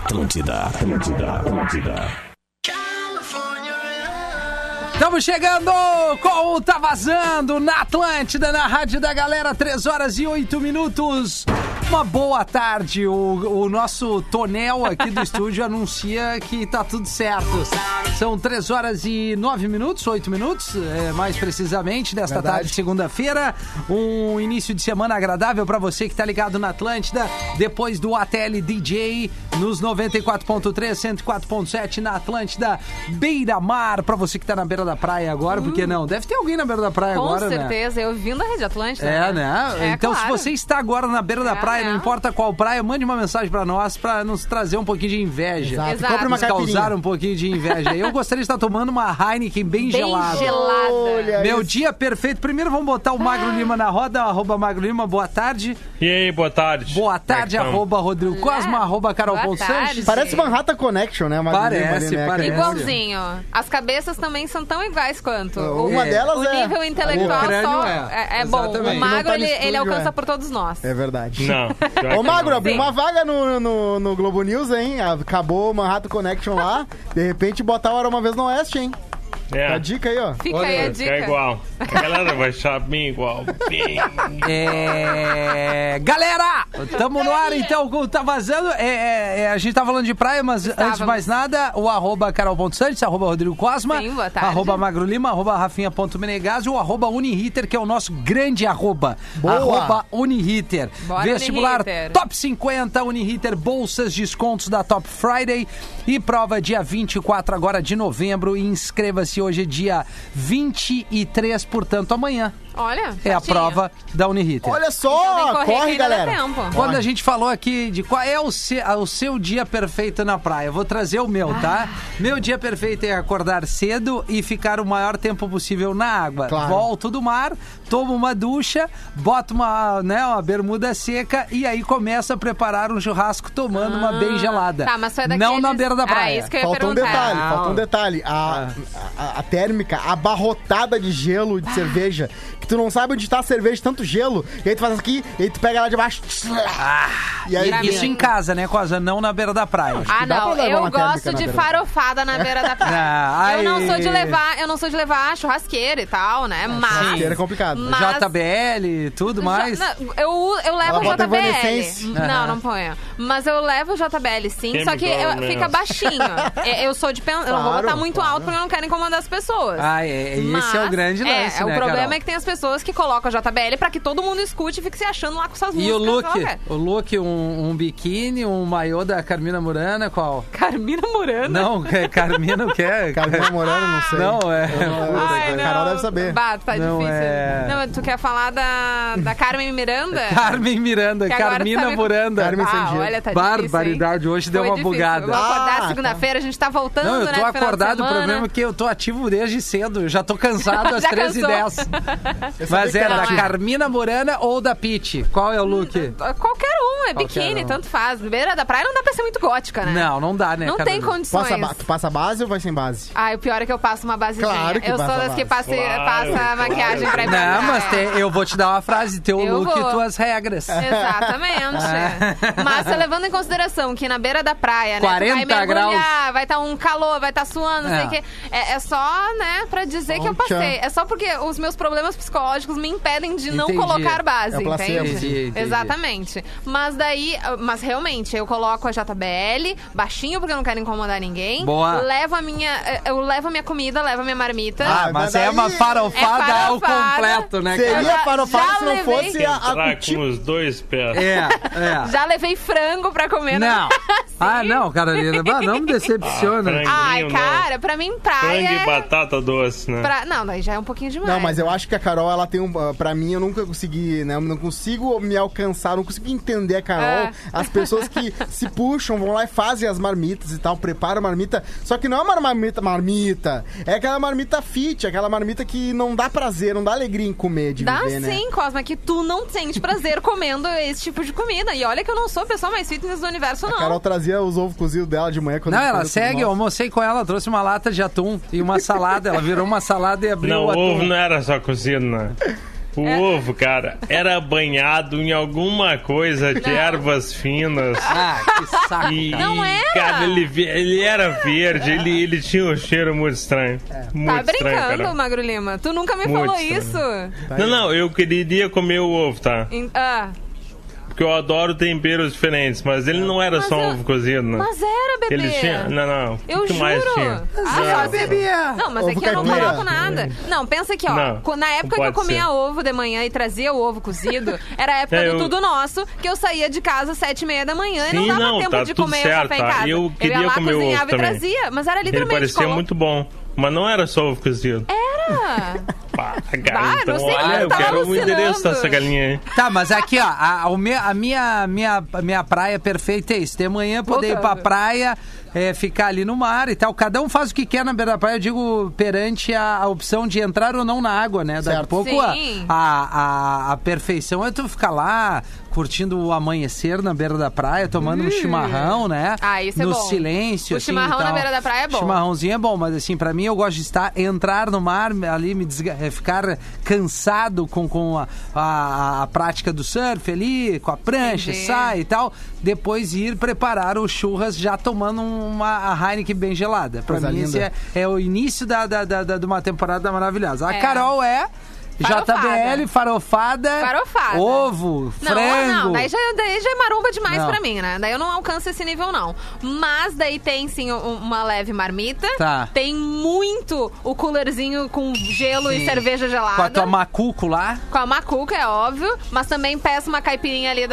Atlântida. Estamos chegando com o Tá Vazando na Atlântida, na Rádio da Galera, 3h08. Uma boa tarde. O nosso tonel aqui do estúdio anuncia que tá tudo certo. São 3h09, 8 minutos, mais precisamente, desta tarde de segunda-feira. Um início de semana agradável para você que tá ligado na Atlântida, depois do ATL DJ nos 94.3, 104.7 na Atlântida Beira Mar, para você que tá na beira da praia agora, porque não? Deve ter alguém na beira da praia agora, né? Com certeza, eu vim da Rede Atlântida. Né? Então, claro. Se você está agora na beira da praia, não importa qual praia, mande uma mensagem pra nós, pra nos trazer um pouquinho de inveja. Exato. Compre uma causar um pouquinho de inveja. Eu gostaria de estar tomando uma Heineken bem gelada. Olha meu dia perfeito. Primeiro vamos botar o Magro Lima na roda, @Magro Lima, boa tarde. E aí, boa tarde. Boa tarde, @Rodrigo Cosma, @Carol Ponsanches. Parece Manhattan Connection, né? Parece. Igualzinho. As cabeças também são tão iguais quanto. Uma delas o nível intelectual crânio só é bom. Exatamente. O Magro, Não tá ele alcança por todos nós. É verdade. Não. Ô, Magro, abriu Sim. uma vaga no Globo News, hein? Acabou o Manhattan Connection lá. De repente, botar a Hora Uma Vez no Oeste, hein? A dica aí, ó. Fica aí a dica. É igual. A galera vai achar bem igual. Galera, tamo no ar então com o Tá Vazando. A gente tá falando de praia, mas antes de mais nada, o @Carol.Santos, @Rodrigo Cosma, Sim, boa tarde. @Magro Lima, @Rafinha.Menegas e o @Uniriter, que é o nosso grande arroba. Boa. @Uniriter. Bora, Vestibular Uniriter. Top 50, Uniriter, bolsas, descontos da Top Friday e prova dia 24 agora de novembro. E inscreva-se, hoje é dia 23, portanto amanhã Olha, é a certinho. prova da Uniriter. Olha Então só, tem que correr que corre, ainda dá galera. tempo. Quando a gente falou aqui de qual é o seu dia perfeito na praia, eu vou trazer o meu, tá? Meu dia perfeito é acordar cedo e ficar o maior tempo possível na água. Claro. Volto do mar, tomo uma ducha, boto uma bermuda seca e aí começo a preparar um churrasco tomando uma bem gelada. Tá, mas tu é daqueles... Não na beira da praia. isso que eu ia Faltou um perguntar. detalhe, faltou um detalhe. A térmica abarrotada de gelo de cerveja, que tu não sabe onde tá a cerveja, tanto gelo, e aí tu faz aqui, e aí tu pega lá de baixo. E aí Isso em casa, né, Cosa? Não na beira da praia. Ah, dá pra não, levar eu uma térmica gosto na de beira da farofada na beira da praia. Eu não sou de levar churrasqueira e tal, né? Mas... Churrasqueira é complicado. Mas- JBL, tudo mais. Eu levo Ela bota JBL. Evanescence. Não ponho. Mas eu levo JBL sim, Quem só que me fica baixinho. Eu sou de eu não vou Claro, botar muito claro. alto porque eu não quero incomodar as pessoas. Esse é o grande lance, O né, problema Carol? é que tem as pessoas que colocam JBL pra que todo mundo escute e fique se achando lá com suas E músicas. o look, um biquíni, um maiô da Carmina Murana, qual? Carmina Murana. Não, Carmina o que é? Carmina Morano, não sei. Não, é... Ai, A não. Carol deve saber. Bah, tá Não difícil. é. Não, tu quer falar da Carmen Miranda? Carmen Miranda, Que agora Carmina tu tá me- Muranda. Carmen Sandiego. Olha, tá difícil, Barbaridade, hein? hoje deu Foi uma difícil. bugada. Eu vou acordar Ah, segunda-feira, a gente tá voltando, Não, eu né? tô final de acordado, o semana. problema é que eu tô ativo desde cedo, eu já tô cansado às Já 13h10. Mas que é não, da é. Carmina Murana ou da Pitty? Qual é o look? Qualquer um, é biquíni, um. tanto faz. Beira da praia não dá pra ser muito gótica, né? Não dá, né, Não tem Carolina? condições. Tu passa base ou vai sem base? O pior é que eu passo uma basezinha. Claro que eu sou passa das que base. passa maquiagem pra ir pra Não, praia. mas eu vou te dar uma frase, teu Eu look e vou. tuas regras. Exatamente. Mas você levando em consideração que na beira da praia, né? 40 tu vai mergulhar, graus. vai estar um calor, vai estar suando, não sei o quê. É só, né, pra dizer que eu passei. É só porque os meus problemas psicológicos me impedem de não Entendi. colocar base, É o placebo. entende? Entendi. Exatamente. Mas realmente, eu coloco a JBL baixinho porque eu não quero incomodar ninguém. Boa. Eu levo a minha comida, levo a minha marmita. Ah, mas mas é uma daí- farofada É ao farofada. completo, né, cara? Seria farofada já se não levei. fosse a Entrar cutícula. com os dois pés. É. Já levei frango pra comer. Não. Ah, não, Carolina. Não me decepciona. frango. Ai, Não. cara, pra mim praia Frango e é... batata doce, né? Não, daí já é um pouquinho demais. Não, mas eu acho que a Carol, ela tem pra mim, eu nunca consegui, né? Eu não consigo me alcançar, não consigo entender a Carol. As pessoas que se puxam, vão lá e fazem as marmitas e tal, preparam a marmita. Só que não é uma marmita. É aquela marmita fit, aquela marmita que não dá prazer, não dá alegria em comer, de Dá viver, né? sim, Cosma, que tu não sente prazer comendo esse tipo de comida. E olha que eu não sou a pessoa mais fitness do universo, não. A Carol trazia os ovos cozidos dela de manhã. Não, ela segue, eu almocei com ela, trouxe uma lata de atum e uma salada. Ela virou uma salada e abriu Não, o o atum. ovo não era só cozido, né? O ovo, cara, era banhado em alguma coisa de ervas finas. Ah, que saco. Não era? Cara, ele era verde, ele tinha um cheiro muito estranho. Muito Tá estranho, brincando, cara. Magro Lima? Tu nunca me Muito falou estranho. isso. Não, eu queria comer o ovo, tá? Porque eu adoro temperos diferentes, mas ele não era só eu- ovo cozido, né? Mas era, bebê. Ele tinha... Não. O Eu que mais juro. tinha? Ah, bebia. Não, mas Ovo aqui eu não caipira. coloco nada. Não, pensa aqui, ó. Não, Na época não que eu pode comia ser. ovo de manhã e trazia o ovo cozido, era a época do Tudo Nosso, que eu saía de casa às 7h30 da manhã e não Sim, dava não, tempo tá de tudo comer certo, o café em tá? casa. Eu queria ia lá, comer o ovo cozinhava e também. trazia. Mas era Ele literalmente... parecia muito bom, mas não era só ovo cozido. Era! Pá, cara, Bah, então não sei olha, quem eu tá quero o alucinando. endereço dessa galinha aí. Tá, mas aqui, ó, a minha praia perfeita é isso. De manhã poder ir pra Voltando. praia, ficar ali no mar e tal. Cada um faz o que quer na beira da praia, eu digo, perante a opção de entrar ou não na água, né? Daqui a Certo. pouco Sim. a perfeição é tu ficar lá curtindo o amanhecer na beira da praia, tomando um chimarrão, né? Ah, isso é no bom. silêncio, O assim, chimarrão e tal. na beira da praia é bom. Chimarrãozinho é bom, mas assim, pra mim eu gosto de entrar no mar, ali ficar cansado com a prática do surf ali, com a prancha, Entendi. sai e tal, depois ir preparar o churras já tomando a Heineken bem gelada. Pra Coisa mim esse linda. é o início de uma temporada maravilhosa. A É. Carol é... Farofada. JBL, farofada, Farofada. ovo, Não, frango. daí já é maromba demais Não. pra mim, né? Daí eu não alcanço esse nível, não. Mas daí tem, sim, uma leve marmita. Tá. Tem muito o coolerzinho com gelo e cerveja gelada. Com a tua macuco lá. Com a macuca, é óbvio. Mas também peço uma caipirinha ali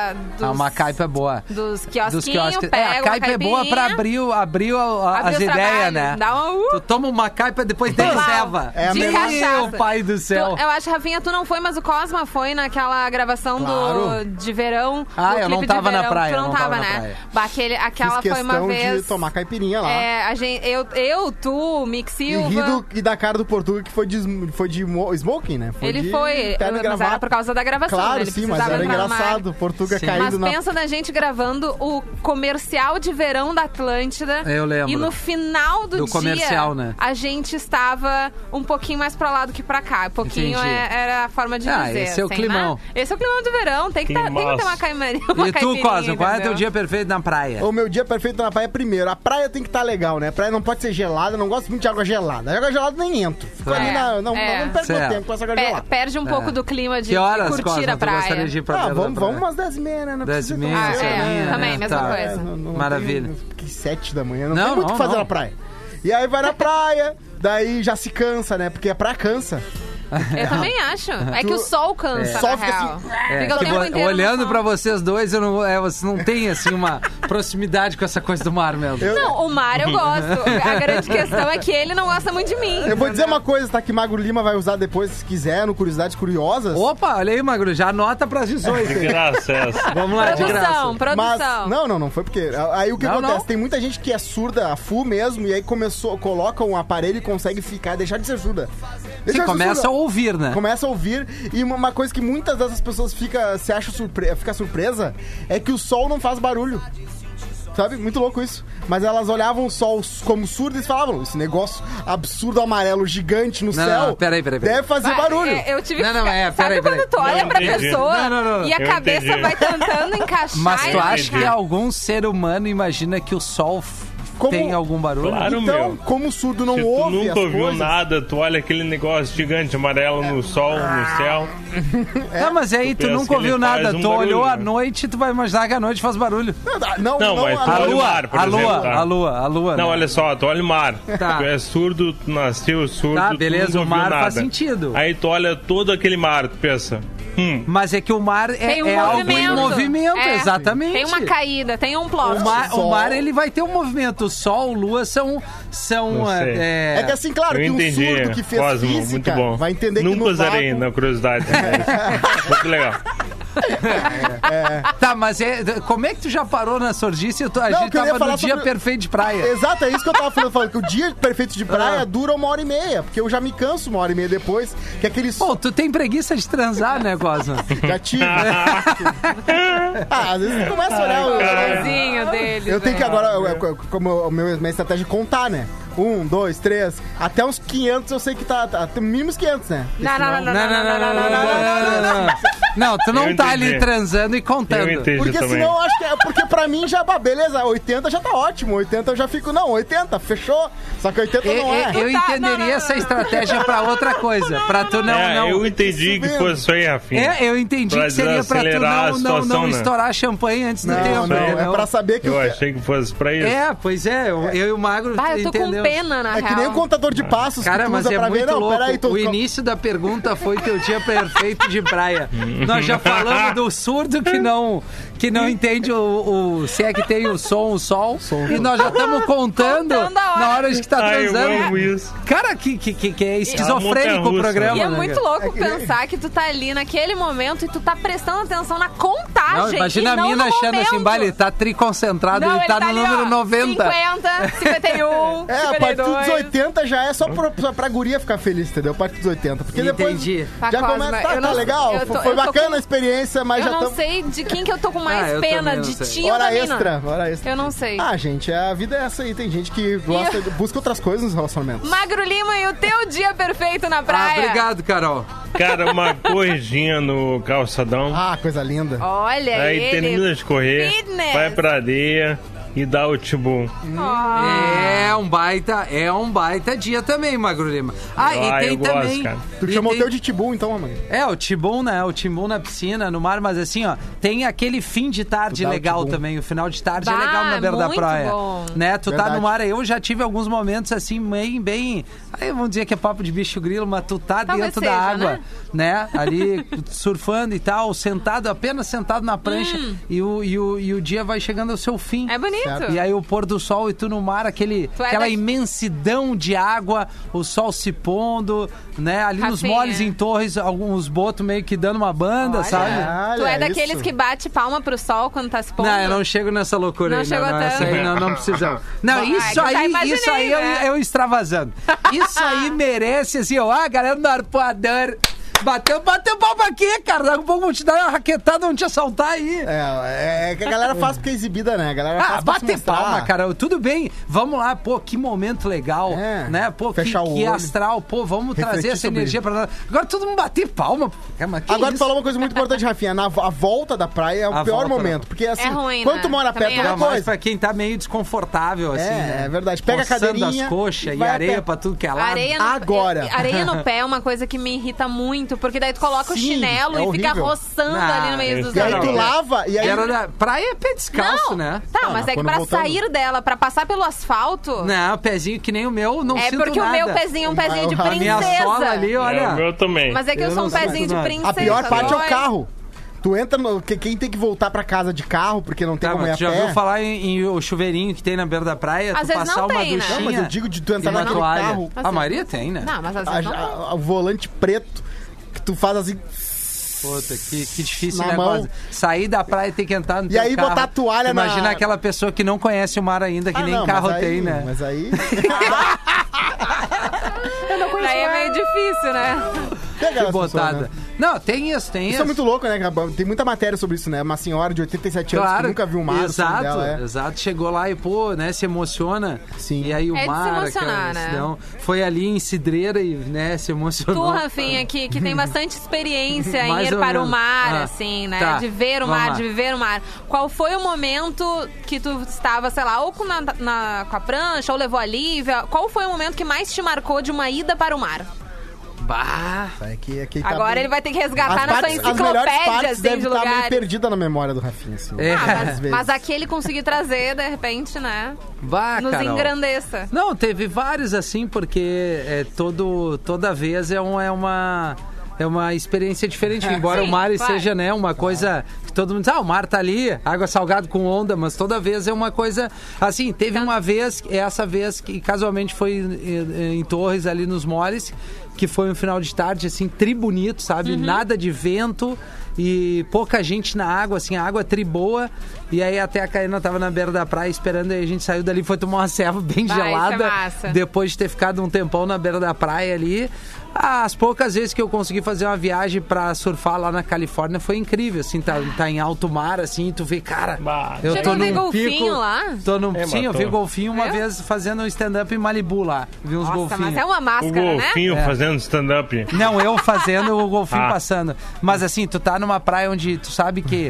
Uma caipa é boa. dos quiosquinhos. Dos quiosques. Pego A caipa é boa pra abrir as Abrir os ideias, trabalhos, né? dá uma... Tu toma uma caipa e depois tem Total. ceva. É a De melhor. cachaça. Meu pai do céu. Eu acho, Rafinha, tu não foi, mas o Cosma foi naquela gravação Claro. de verão. Ah, do eu não clipe de tava na verão. praia, Tu eu não não tava tava, na né? praia. Bah, aquela Fiz foi uma questão vez. de tomar caipirinha lá. A gente, eu, tu, Mick E Silva. ri da cara do Portuga que foi de smoking, né? Ele de foi, terno e mas gravata. era por causa da gravação. Claro, né? Ele sim, mas precisava era entrar numa área. engraçado. Portuga Sim. caindo Mas na... pensa na gente gravando o comercial de verão da Atlântida. Eu lembro. E no final do dia, comercial, né? a gente estava um pouquinho mais pra lá do que pra cá. Um pouquinho Entendi. era a forma de Ah, dizer. esse é o sem climão. nada. Esse é o climão do verão. Tem que ter uma massa. E tu, Cosmo, qual é teu dia perfeito na praia? O meu dia perfeito na praia, primeiro, a praia tem que estar legal, né? A praia não pode ser gelada, eu não gosto muito de água gelada. Água gelada nem entro. Fico ali não perco meu Certo. tempo com essa água gelada. Perde um pouco do clima de Que horas, curtir Cosmo, a tu gostaria praia. de ir pra beira da Vamos praia? umas 10h30, né? Não 10h30, precisa tão cedo, celinha, também, né? mesma Tá. coisa. Maravilha. Que 7 da manhã, não, Não, tem muito o não, que fazer não. na praia. E aí vai na praia, daí já se cansa, né? Porque a praia cansa. Eu também acho. É que o sol cansa, Sol na fica real. assim, Fica o tempo inteiro no olhando sol. pra vocês dois, você não tem assim uma proximidade com essa coisa do mar mesmo. Não, o mar eu gosto. A grande questão é que ele não gosta muito de mim. Eu vou dizer uma coisa, tá? Que Magro Lima vai usar depois, se quiser, no Curiosidades Curiosas. Opa, olha aí, Magro, já anota pras 18. De graça essa. Vamos lá, de graça. Produção. Mas, não foi porque... Aí o que Não, acontece? não. Tem muita gente que é surda, a full mesmo, e aí coloca um aparelho e consegue deixar de ser surda. Sim, Deixar de ser começa surda. a ouvir, né? Começa a ouvir, e uma coisa que muitas dessas pessoas fica surpresa é que o sol não faz barulho. Sabe? Muito louco isso. Mas elas olhavam o sol como surdas e falavam, esse negócio absurdo amarelo gigante no Não, céu não, peraí. deve fazer Vai, barulho. Eu tive Não, não, que... peraí. Sabe quando tu olha Não pra entendi. pessoa Não. e a Eu cabeça entendi. vai tentando encaixar? Mas tu e acha entendi. que algum ser humano imagina que o sol tem algum barulho? Claro, Então, meu. como o surdo não Se tu ouve nunca as ouviu coisas... nada, tu olha aquele negócio gigante amarelo no sol, no céu. Não, mas aí Tu tu pensa nunca que ele ouviu nada. faz um Tu olhou barulho, à né? noite, tu vai imaginar que à noite faz barulho. Não, mas tu A olha o lua, mar, por a exemplo, lua, tá? a lua. Não, né? olha só, tu olha o mar. Tá. Tu é surdo, tu nasceu surdo, Tá, beleza, tu nunca o mar ouviu faz nada. sentido. Aí tu olha todo aquele mar, tu pensa, Mas é que o mar Tem um é algo em movimento. movimento, É. exatamente. Tem uma caída, tem um plot. O mar, ele vai ter um movimento. O sol, lua são Não sei. É que assim, claro, eu que um entendi, surdo que fez Cosmo, física muito bom. vai entender que Nunca no usarei vácuo... na curiosidade. mas muito legal. Tá, mas como é que tu já parou na sordice? A Não, eu gente queria tava no falar dia sobre- perfeito de praia. Exato, é isso que eu tava falando que o dia perfeito de praia dura 1h30, porque eu já me canso 1h30 depois, que aquele Pô, tu tem preguiça de transar, né, Cosma? já tive. Às vezes tu começa a olhar Cozinho deles. eu tenho que né? agora, como minha estratégia é contar, né? 1, 2, 3, até uns 500 eu sei que tá mínimo uns 500, né? Não, tu não tá ali transando e contando. Eu entendi porque também. senão eu acho que porque pra mim já, beleza, 80 já tá ótimo, 80 eu já fico, 80, fechou, só que 80 não é. Eu entenderia essa estratégia pra outra coisa, pra tu não... eu entendi que fosse isso aí, Rafinha. Eu entendi que seria pra tu não estourar champanhe antes do tempo. Não, é pra saber que... Eu achei que fosse pra isso. Pois é, eu e o Magro eu tô com pena, na real. É que nem o contador de passos. Cara, mas é muito louco. Peraí, O início da pergunta foi teu dia perfeito de praia. Nós já falamos do surdo que não entende se é que tem o sol. E nós já estamos contando na hora de que tá transando. Eu amo isso. Cara, que é esquizofrênico o programa. E é muito louco pensar que tu tá ali naquele momento e tu tá prestando atenção na contagem. Não, imagina a mina achando assim, ele tá triconcentrado, ele tá no número 90. 50, 51, a partir dos 80 já é só pra guria ficar feliz, entendeu? A partir dos 80. Porque depois já começa, tá legal, foi bacana a experiência, mas já não sei de quem que eu tô com mais pena, de ti ou da mina. Hora extra. Eu não sei. Gente, a vida é essa aí. Tem gente que busca outras coisas nos relacionamentos. Magro Lima, e o teu dia perfeito na praia? Obrigado, Carol. Cara, uma corridinha no calçadão. Coisa linda. Olha aí termina de correr, vai pra areia e dá o tibum. É um baita dia também, Magro Lima. E tem também... Gosto, tu chamou o teu de tibum, então, mano? O tibum, né? O tibum na piscina, no mar, mas assim, tem aquele fim de tarde legal também. O final de tarde é legal na beira da praia. Bom. Né? Tu tá no mar, eu já tive alguns momentos assim, bem... Aí vamos dizer que é papo de bicho grilo, mas tu tá dentro da água, né? Ali surfando e tal, apenas sentado na prancha e o dia vai chegando ao seu fim. É bonito. Certo. E aí o pôr do sol e tu no mar, aquela imensidão de água, o sol se pondo, né? Ali nos moles em Torres, alguns botos meio que dando uma banda, sabe? Tu é daqueles que bate palma pro sol quando tá se pondo? Não, eu não chego nessa loucura aí. Essa aí não precisamos. Não, isso aí eu extravasando. Isso aí merece, assim, a galera do arpoador... Bateu palma aqui, cara. Daqui a pouco vão te dar uma raquetada, vão te assaltar aí. É que a galera faz porque é exibida, né? A galera faz bater palma, cara. Tudo bem. Vamos lá, que momento legal, né? Que astral. Vamos trazer essa energia pra nós. Agora todo mundo bater palma. Agora tu falou uma coisa muito importante, Rafinha. A volta da praia é o pior momento. Porque assim, ruim, quando tu mora perto, é coisa. Pra quem tá meio desconfortável, assim. É verdade. Pega a cadeirinha. As coxas e areia pra tudo que é lado. Areia no pé é uma coisa que me irrita muito. Porque daí tu coloca o chinelo e fica roçando ali no meio dos dedos. E aí tu lava e aí... Praia é pé descalço, né? Tá, mas é que pra sair dela, pra passar pelo asfalto... Não, pezinho que nem o meu, não sinto nada. É porque o meu pezinho é um pezinho de princesa. A minha sola ali, olha... O meu também. Mas é que eu sou um pezinho de princesa. A pior parte é o carro. Tu entra quem tem que voltar pra casa de carro, porque não tem como ir a pé. Já ouviu falar em o chuveirinho que tem na beira da praia? Às vezes passar não uma tem, duchinha, né? Mas eu digo de tu entrar naquele carro... A maioria tem, né? Não, mas às vezes não. O volante preto, que tu faz assim... Puta, que difícil na negócio. Mão. Sair da praia e ter que entrar no teu carro. E aí botar a toalha Imagina aquela pessoa que não conhece o mar ainda, que nem carro tem, né? Mas aí... Eu não conheço. Aí é meio difícil, né? Que botada. Né? Não, tem isso. Isso é muito louco, né? Tem muita matéria sobre isso, né? Uma senhora de 87 anos que nunca viu o mar. Exato. Chegou lá e, né, se emociona. Sim. E aí o mar, de se emocionar, né? Foi ali em Cidreira e, né, se emocionou. Tu, Rafinha, que tem bastante experiência em ir para o mar, assim, né? Tá. De ver o mar, de viver o mar. Qual foi o momento que tu estava, sei lá, ou com a prancha, ou levou a Lívia? Qual foi o momento que mais te marcou de uma ida para o mar? Agora ele vai ter que resgatar na sua enciclopédia, assim, de lugares. Meio perdida na memória do Rafinha, assim. Mas aqui ele conseguiu trazer, de repente, né? Nos Carol. Engrandeça. Não, teve vários, assim, porque toda vez é uma experiência diferente, embora o mar seja, né, uma coisa que todo mundo diz, o mar tá ali, água salgada com onda, mas toda vez é uma coisa, assim, teve uma vez, essa vez que casualmente foi em Torres, ali nos moles, que foi um final de tarde, assim, tribonito, sabe, nada de vento, e pouca gente na água, assim, a água triboa. E aí até a Karina tava na beira da praia esperando, aí a gente saiu dali, foi tomar uma serva bem gelada. Depois de ter ficado um tempão na beira da praia ali. As poucas vezes que eu consegui fazer uma viagem pra surfar lá na Califórnia foi incrível, assim, tá em alto mar, assim, tu vê, cara, eu tô num golfinho pico, lá? Sim, eu vi golfinho uma vez fazendo um stand-up em Malibu lá, vi uns golfinhos. Mas é uma máscara, o golfinho fazendo stand-up. Não, eu fazendo, o golfinho passando. Mas assim, tu tá numa praia onde tu sabe que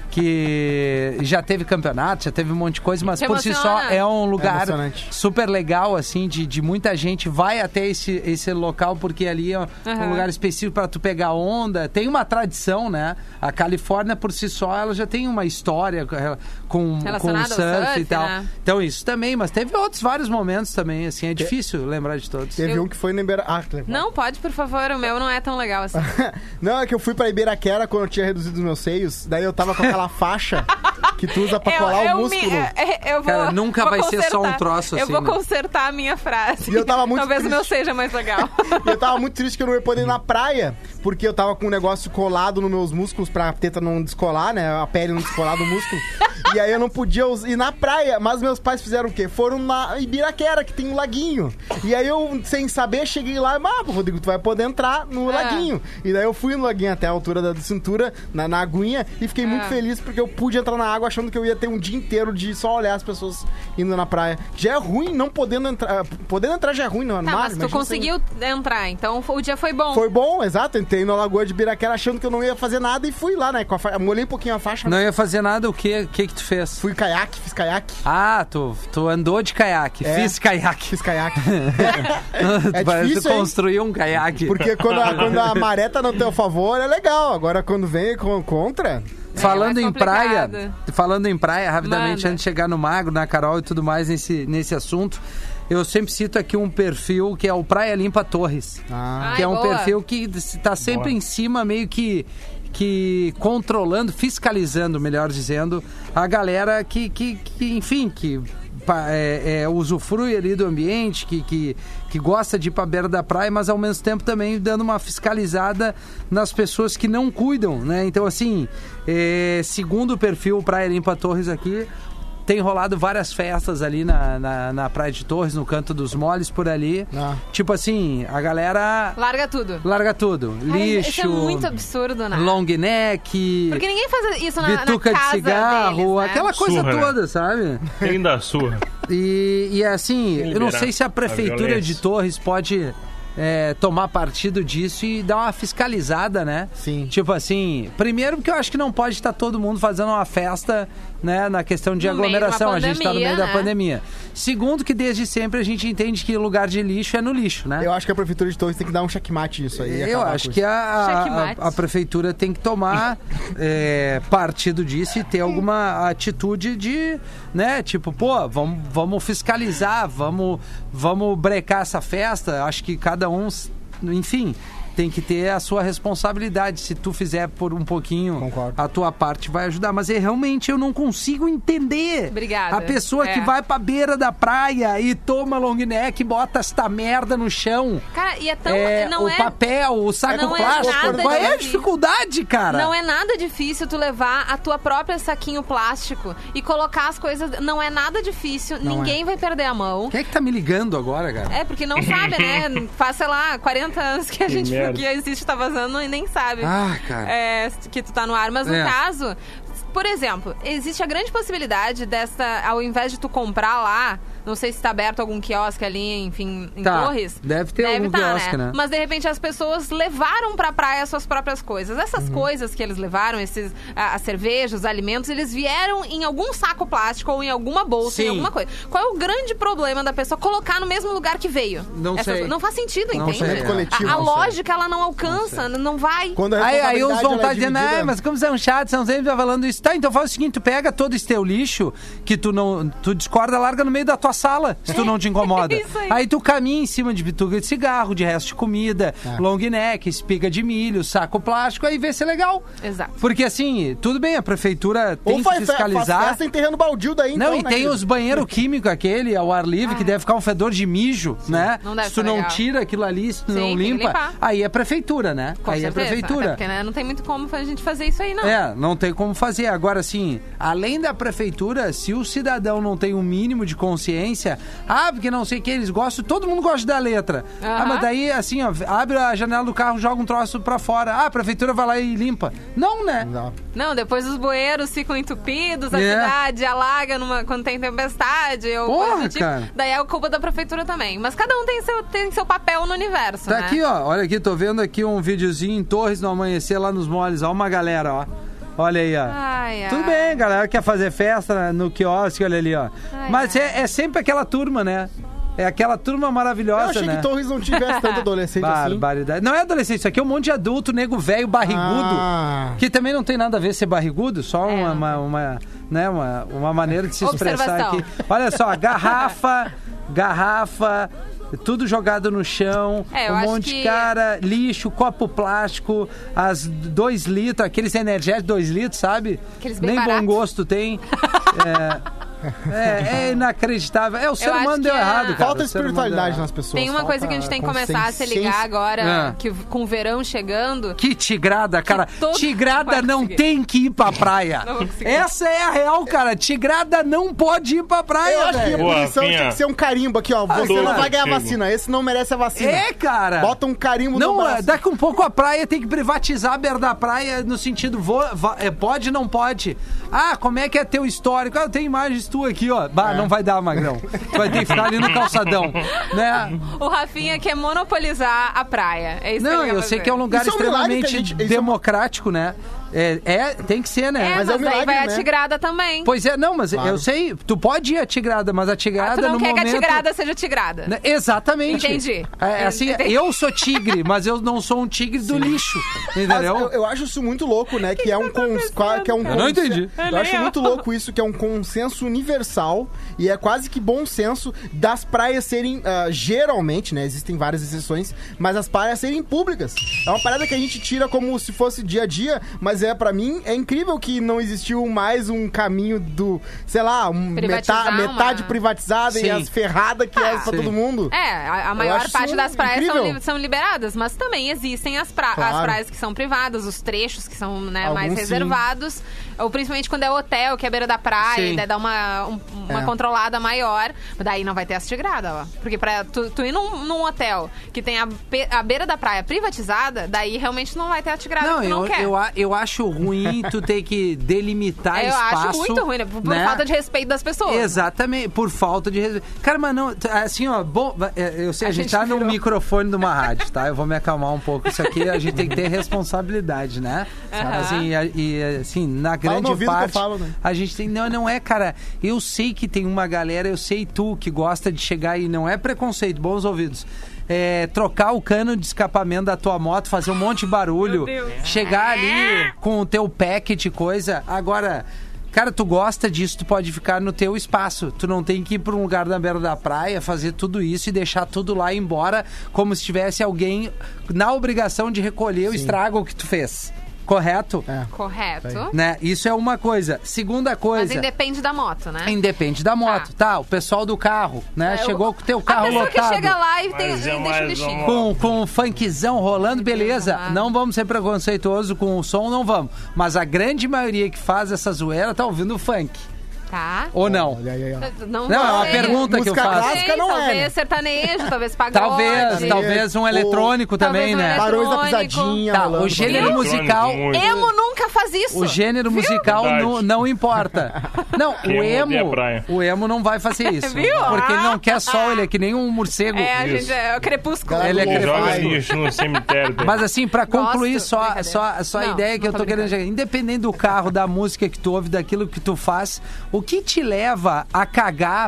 já teve campeonato, já teve um monte de coisa, mas por si só é um lugar super legal, assim, de muita gente vai até esse local, porque ali é um lugar específico para tu pegar onda. Tem uma tradição, né? A Califórnia, por si só, ela já tem uma história com o surf e tal. Né? Então, isso também, mas teve vários momentos também, assim, é difícil lembrar de todos. Teve um que foi no Ibiraquera. Não, pode, por favor, o meu não é tão legal assim. Não, é que eu fui pra Ibiraquera quando eu tinha reduzido os meus seios, daí eu tava com aquela faixa que tu usa pra colar o músculo. Cara, nunca vai ser só um troço assim. Eu vou consertar a minha frase. E eu tava muito Talvez triste. o meu seja mais legal. E eu tava muito triste que eu não ia poder ir na praia, porque eu tava com um negócio colado nos meus músculos pra teta não descolar, né? A pele não descolar do músculo. E aí eu não podia ir na praia. Mas meus pais fizeram o quê? Foram na Ibiraquera, que tem um laguinho. E aí eu, sem saber, cheguei lá e, Rodrigo, tu vai poder entrar no laguinho. E daí eu fui no laguinho até a altura da cintura, na aguinha, e fiquei muito feliz porque eu pude entrar na água achando que eu ia ter um dia inteiro de só olhar as pessoas indo na praia. Já é ruim não podendo entrar. Podendo entrar já é ruim no mar. Mas tu conseguiu entrar, então o dia foi bom. Foi bom, exato. Entrei na Lagoa de Ibiraquera achando que eu não ia fazer nada e fui lá, né? Molhei um pouquinho a faixa. Não ia fazer nada, o que tu fez? Fui caiaque, fiz caiaque. Ah, tu andou de caiaque. Fiz caiaque. Fiz caiaque. Parece difícil, construir um caiaque. Porque quando a maré tá no teu favor, é legal. Agora, quando vem contra... Falando em praia, rapidamente, antes de chegar no Magro, na Carol e tudo mais nesse assunto, eu sempre cito aqui um perfil que é o Praia Limpa Torres. Que é um perfil que tá sempre em cima, meio que controlando, fiscalizando, melhor dizendo, a galera que enfim, que usufrui ali do ambiente, que gosta de ir pra beira da praia, mas ao mesmo tempo também dando uma fiscalizada nas pessoas que não cuidam, né? Então, assim, segundo o perfil Praia Limpa Torres aqui, tem rolado várias festas ali na Praia de Torres, no Canto dos Moles, por ali. Tipo assim, a galera... Larga tudo. Lixo. Isso é muito absurdo, né? Long neck. Porque ninguém faz isso na bituca casa de cigarro, deles, né? aquela coisa surra, toda, né? sabe? Tem da surra. E assim, eu não sei se a Prefeitura de Torres pode... tomar partido disso e dar uma fiscalizada, né? Sim. Tipo assim, primeiro porque eu acho que não pode estar todo mundo fazendo uma festa, né, na questão de aglomeração, a gente tá no meio da pandemia. Segundo que desde sempre a gente entende que lugar de lixo é no lixo, né? Eu acho que a Prefeitura de Torres tem que dar um checkmate nisso aí. Eu acho que a Prefeitura tem que tomar partido disso e ter alguma atitude de, né, tipo, vamos fiscalizar, vamos brecar essa festa. Acho que cada um, enfim, tem que ter a sua responsabilidade. Se tu fizer por um pouquinho, concordo, a tua parte vai ajudar. Mas realmente eu não consigo entender. Obrigada. A pessoa que vai pra beira da praia e toma long neck, bota esta merda no chão. Cara, e é tão... papel, o saco plástico. Qual é a dificuldade, cara? Não é nada difícil tu levar a tua própria saquinho plástico e colocar as coisas... Não é nada difícil, ninguém vai perder a mão. Quem é que tá me ligando agora, cara? Porque não sabe, né? Faz, sei lá, 40 anos que a gente... Que existe, tá vazando e nem sabe cara. Que tu tá no ar. Mas no caso, por exemplo, existe a grande possibilidade ao invés de tu comprar lá, não sei se tá aberto algum quiosque ali, enfim, em Torres. Deve ter algum quiosque, né? Mas de repente as pessoas levaram pra praia as suas próprias coisas. Essas coisas que eles levaram, as cervejas, os alimentos, eles vieram em algum saco plástico ou em alguma bolsa, em alguma coisa. Qual é o grande problema da pessoa colocar no mesmo lugar que veio? Não faz sentido, não entende? A lógica, ela não alcança, não vai. Aí uns vão estar dizendo, mas como são chatos, são sempre falando isso. Tá, então faz o seguinte, tu pega todo esse teu lixo que tu discorda, larga no meio da tua sala, se tu não te incomoda. Isso aí. Aí tu caminha em cima de bituca de cigarro, de resto de comida, long neck, espiga de milho, saco plástico, aí vê se é legal. Exato. Porque assim, tudo bem, a prefeitura tem Ou que faz fiscalizar. festa em terreno baldio daí, então, Não, e né, tem querido? os banheiros químicos aquele, ao ar livre, que deve ficar um fedor de mijo, né? Não deve se tu ser não legal. tira aquilo ali, se tu Sim, não tem que limpa, limpar. aí é prefeitura, né? Com aí certeza. é prefeitura. Até porque, né, não tem muito como a gente fazer isso aí, não. Não tem como fazer. Agora, assim, além da prefeitura, se o cidadão não tem um mínimo de consciência, porque não sei o que, eles gostam, todo mundo gosta da letra. Mas daí, assim, ó, abre a janela do carro, joga um troço pra fora. A prefeitura vai lá e limpa. Não, né? Não, depois os bueiros ficam entupidos, a cidade alaga quando tem tempestade. Ou coisa do tipo. Cara. Daí é a culpa da prefeitura também. Mas cada um tem seu papel no universo, Tá né? aqui, ó. Olha aqui, tô vendo aqui um videozinho em Torres no amanhecer, lá nos moles. Ó, uma galera, ó. Olha aí, ó. Tudo bem, galera quer fazer festa no quiosque, olha ali, ó. Mas é sempre aquela turma, né? É aquela turma maravilhosa, Eu achei né? que Torres não tivesse tanto adolescente assim. Barbaridade. Não é adolescente, isso aqui é um monte de adulto, nego velho, barrigudo. Que também não tem nada a ver ser barrigudo, só uma maneira de se expressar aqui. Olha só, garrafa, tudo jogado no chão, um monte de cara, lixo, copo plástico, as 2 litros, aqueles energéticos 2 litros, sabe? Aqueles bem Nem baratos. bom gosto tem. É inacreditável. O ser humano deu errado, cara. Falta espiritualidade nas pessoas. Tem uma coisa que a gente tem que começar a se ligar agora, que com o verão chegando. Que tigrada, cara. Tigrada não tem que ir pra praia. Não vou conseguir. Essa é a real, cara. Tigrada não pode ir pra praia, Eu acho que a velho. punição Rafinha. tinha que ser um carimbo aqui, ó. Você não vai ganhar vacina. Esse não merece a vacina. Cara. Bota um carimbo no Não, braço. daqui um pouco a praia tem que privatizar a beira da praia no sentido, pode, não pode. Como é que é teu histórico? Eu tenho imagens tu aqui, ó. Não vai dar, Magrão. Tu vai ter que ficar ali no calçadão, né? O Rafinha quer monopolizar a praia. É isso Não, que ele eu quer sei fazer. que é um lugar Isso é um milagre extremamente que a gente- democrático, né? Tem que ser, né? Mas é um daí milagre, vai a né? tigrada também. Pois é, não, mas Claro. eu sei, tu pode ir a tigrada, mas a tigrada Tu não no quer momento... que a tigrada seja tigrada. Né, exatamente. Entendi. Assim, Entendi. eu sou tigre, mas eu não sou um tigre do lixo, Mas entendeu? eu acho isso muito louco, né? Que é um Eu não entendi. Eu acho muito louco isso, que é um consenso universal e é quase que bom senso das praias serem, geralmente, né? Existem várias exceções, mas as praias serem públicas. É uma parada que a gente tira como se fosse dia a dia, mas pra mim, é incrível que não existiu mais um caminho do, sei lá, Privatizar metade uma- privatizada Sim. e as ferradas que é pra sim. todo mundo. A Eu maior acho parte isso das praias incrível. são liberadas, mas também existem as Claro. praias que são privadas, os trechos que são, né, Alguns mais sim. reservados, ou principalmente quando é hotel, que é beira da praia, Sim. e daí dá uma controlada maior, daí não vai ter as tigradas, ó. Porque pra tu ir num hotel que tem a beira da praia privatizada, daí realmente não vai ter a tigrada que tu não quer. eu acho ruim tu ter que delimitar Eu espaço. acho muito ruim, né? Por falta de respeito das pessoas. Exatamente, por falta de respeito. Cara, mas não, assim, ó, bom, eu sei, a gente tá no microfone de uma rádio, tá? Eu vou me acalmar um pouco. Isso aqui a gente tem que ter responsabilidade, né? Assim, assim, na grande no ouvido que eu parte, falo, né? a gente tem... Não é, cara, eu sei que tem uma galera, eu sei tu, que gosta de chegar e não é preconceito, bons ouvidos. Trocar o cano de escapamento da tua moto, fazer um monte de barulho, chegar ali com o teu packet, coisa. Agora, cara, tu gosta disso, tu pode ficar no teu espaço. Tu não tem que ir pra um lugar na beira da praia, fazer tudo isso e deixar tudo lá e ir embora, como se tivesse alguém na obrigação de recolher o estrago que tu fez. Correto? Correto. Né? Isso é uma coisa. Segunda coisa... Mas independe da moto, né? Independe da moto. Tá, o pessoal do carro, né? Chegou com o teu carro a pessoa lotado. que chega lá e Mas deixa o lixinho. Com um funkzão rolando, beleza. Não vamos ser preconceituosos com o som, não vamos. Mas a grande maioria que faz essa zoeira tá ouvindo funk. Tá. Ou não? Olha aí, ó. Não Não, é uma sei. pergunta que eu Música faço. clássica não é, Talvez né? sertanejo, talvez pagode. Talvez um eletrônico Talvez também, um né? Barões da eletrônico. Pisadinha. Tá, rolando. o gênero musical... Muito. Emo nunca faz isso. O gênero musical Verdade. não importa. Não, Emo odeia praia. o emo não vai fazer isso. Viu? Porque ele não quer sol, ele é que nem um morcego. A gente é o crepúsculo. Galera, Ele é do crepúsculo. Joga lo-fi. lixo no cemitério. Mas assim, pra concluir Gosto. só a Não, ideia que não eu tô tô querendo chegar, independente do carro, da música que tu ouve, daquilo que tu faz, o que te leva a cagar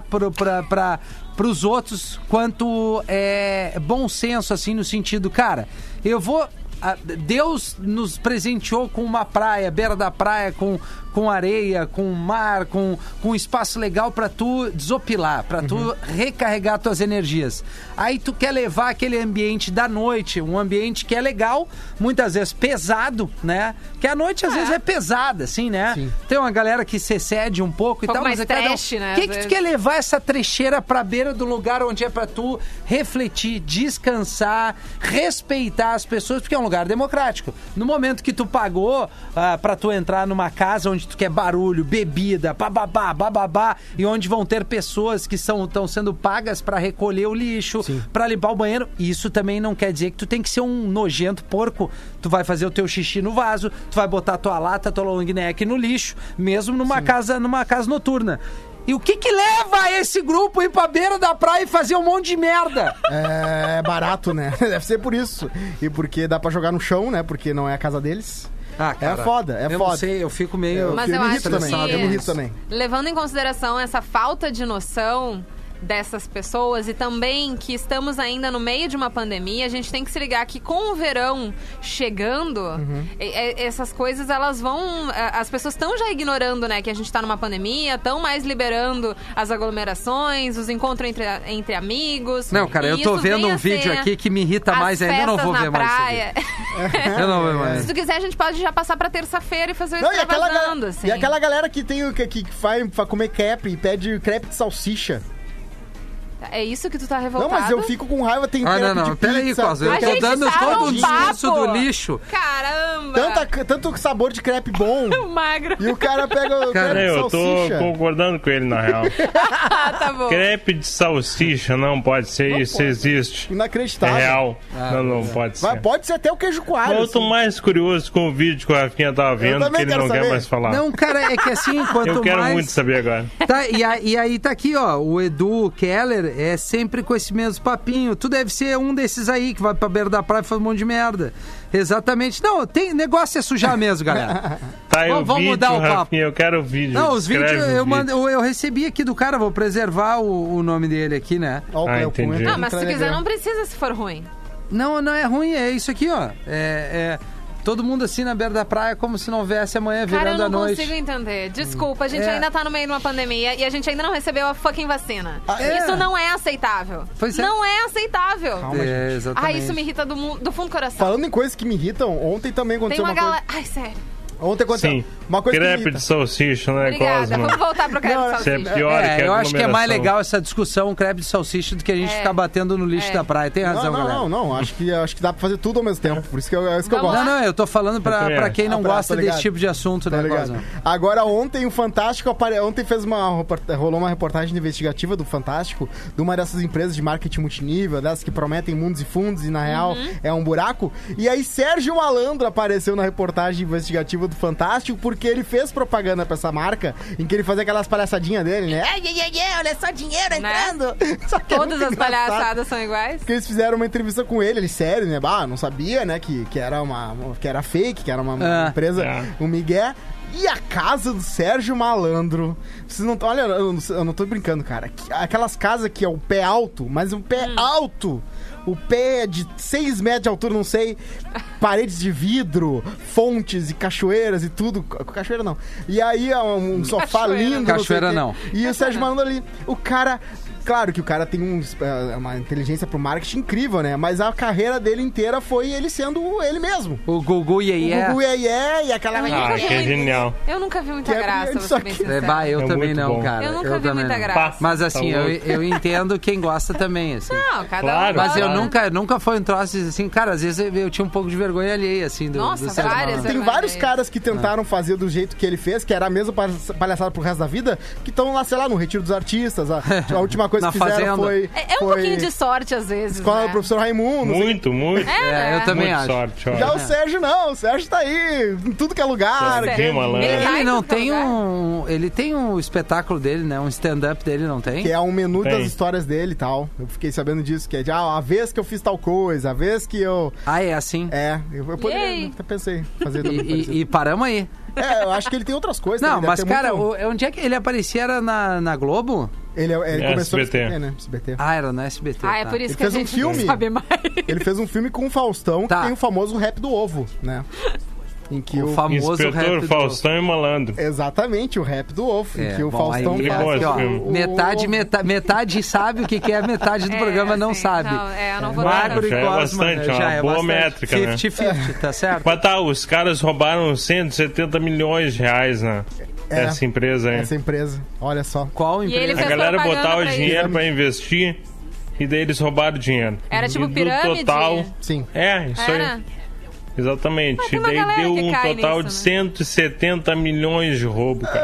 pros outros quanto bom senso, assim, no sentido, cara, eu vou Deus nos presenteou com uma praia, beira da praia, com areia, com mar, com espaço legal pra tu desopilar, pra tu recarregar tuas energias. Aí tu quer levar aquele ambiente da noite, um ambiente que é legal, muitas vezes pesado, né? Que a noite às vezes é pesada, assim, né? Sim. Tem uma galera que se excede um pouco e tal, mais trash, né? Que tu quer levar essa trecheira pra beira do lugar onde é pra tu refletir, descansar, respeitar as pessoas, porque é um lugar democrático. No momento que tu pagou pra tu entrar numa casa onde tu quer barulho, bebida, bababá, e onde vão ter pessoas que estão sendo pagas pra recolher o lixo, pra limpar o banheiro, isso também não quer dizer que tu tem que ser um nojento porco. Tu vai fazer o teu xixi no vaso, tu vai botar tua lata, tua long neck no lixo, mesmo numa casa noturna. E o que leva esse grupo a ir pra beira da praia e fazer um monte de merda? É barato, né? Deve ser por isso. E porque dá pra jogar no chão, né? Porque não é a casa deles. Cara, é foda. Eu não sei, eu fico meio... Mas eu acho que, também. Levando em consideração essa falta de noção dessas pessoas e também que estamos ainda no meio de uma pandemia, a gente tem que se ligar que com o verão chegando, essas coisas elas vão... As pessoas estão já ignorando, né, que a gente tá numa pandemia, estão mais liberando as aglomerações, os encontros entre amigos. Não, cara, eu tô vendo um vídeo aqui que me irrita mais ainda, eu não vou ver mais isso. Eu não vou ver mais. Se tu quiser, a gente pode já passar pra terça-feira e fazer o extravasando, assim. E aquela galera que tem que vai comer crepe e pede crepe de salsicha. É isso que tu tá revoltado? Não, mas eu fico com raiva, tem não, peraí, Cosa, eu tô dando todo o discurso do lixo. Caramba! Tanto sabor de crepe bom. Magro. E o cara pega o crepe de salsicha. Eu tô concordando com ele, na real. Tá bom. Crepe de salsicha não pode ser, não isso pode. Existe. Inacreditável. É real. Não pode ser. Pode ser até o queijo coalho. Eu tô mais curioso com o vídeo que o Rafinha tava vendo, que ele não quer mais falar. Não, cara, é que assim, quanto mais... Eu quero muito saber agora. Tá, e aí tá aqui, ó, o Edu Keller é sempre com esse mesmo papinho. Tu deve ser um desses aí que vai pra beira da praia e faz um monte de merda. Exatamente. Não, tem negócio é sujar mesmo, galera. Tá, vamos mudar o papo. Rafinha, eu quero o vídeo. Não, os vídeos eu recebi aqui do cara, vou preservar o nome dele aqui, né? Entendi. Mas se quiser não precisa se for ruim. Não é ruim, é isso aqui, ó. Todo mundo assim na beira da praia como se não houvesse amanhã virando a noite. Cara, eu não consigo entender. Desculpa, a gente ainda tá no meio de uma pandemia e a gente ainda não recebeu a fucking vacina. Isso não é aceitável. Não é aceitável. Calma, gente. Exatamente. Isso me irrita do fundo do coração. Falando em coisas que me irritam, ontem também aconteceu uma coisa... Ai, sério. Ontem aconteceu uma coisa crepe de salsicha, né? Obrigada, vamos voltar pro crepe de salsicha. É pior que eu acho que é mais legal essa discussão, crepe de salsicha, do que a gente ficar batendo no lixo da praia. Tem razão, galera. Não. Acho que dá pra fazer tudo ao mesmo tempo. Por isso que eu gosto. Não, eu tô falando pra quem não gosta desse tipo de assunto, né? Agora, ontem o Fantástico ontem rolou uma reportagem investigativa do Fantástico, de uma dessas empresas de marketing multinível, dessas que prometem mundos e fundos e na real é um buraco. E aí Sérgio Malandro apareceu na reportagem investigativa do Fantástico porque ele fez propaganda pra essa marca, em que ele fazia aquelas palhaçadinhas dele, né? Olha só dinheiro entrando. Só que todas as palhaçadas são iguais. Porque eles fizeram uma entrevista com ele sério, né? Não sabia, né, que era fake, que era uma empresa, um migué. E a casa do Sérgio Malandro, vocês não... Olha, eu não tô brincando, cara. Aquelas casas que é o pé alto, mas um pé alto. O pé é de 6 metros de altura, não sei. Paredes de vidro, fontes e cachoeiras e tudo. Cachoeira não. E aí um sofá lindo. Cachoeira não. E o Sérgio Malandro ali. O cara... Claro que o cara tem uma inteligência pro marketing incrível, né? Mas a carreira dele inteira foi ele sendo ele mesmo. O Gugu Iê. O Gugu Iê e aquela... que é genial. Eu nunca vi muita graça, vou ser bem sincero. Eu também não, bom. Cara. Eu nunca vi muita graça. Mas assim, eu entendo quem gosta também, assim. Não, cada um. Mas eu nunca foi um troço assim, cara, às vezes eu tinha um pouco de vergonha alheia, assim, do várias. Tem vários caras que tentaram fazer do jeito que ele fez, que era a mesma palhaçada pro resto da vida, que estão lá, sei lá, no Retiro dos Artistas, a última coisa que fizeram foi... É um pouquinho de sorte, às vezes, Escola do Professor Raimundo. Muito. Eu também acho. Sorte, já o Sérgio não, o Sérgio tá aí em tudo que é lugar. Ele não tem ele tem um espetáculo dele, né? Um stand-up dele, não tem? Que é um menu das histórias dele e tal. Eu fiquei sabendo disso, que é de a vez que eu fiz tal coisa, a vez que eu... É assim? Eu poderia, até pensei fazer e paramos aí. Eu acho que ele tem outras coisas. Não, mas cara, onde é que ele aparecia? Era na Globo? Ele começou SBT. no SBT, né? SBT. Ah, era no SBT. Ah, é por isso Ele que a fez um gente filme. não sabe mais. Ele fez um filme com o Faustão, Tá. que tem o famoso rap do ovo, né? Em que O famoso Inspetor rap Faustão e Malandro. Exatamente, o rap do ovo. Em que o bom, Faustão aí, faz aqui, ó, filme. metade sabe o que é, metade do programa não sim. sabe. Não, eu não vou Magro dar. e Já é Cosma, bastante, já uma boa métrica, né? 50-50, tá certo? Mas tá, os caras roubaram 170 milhões de reais nessa empresa aí. Essa empresa, olha só. Qual E ele empresa? A fez galera propaganda botava pra dinheiro isso. pra investir e daí eles roubaram o dinheiro. Era tipo E do pirâmide? total, Sim. isso Era? aí. Exatamente. Mas tem E uma daí galera deu que um cai total nisso, de né? 170 milhões de roubo, cara.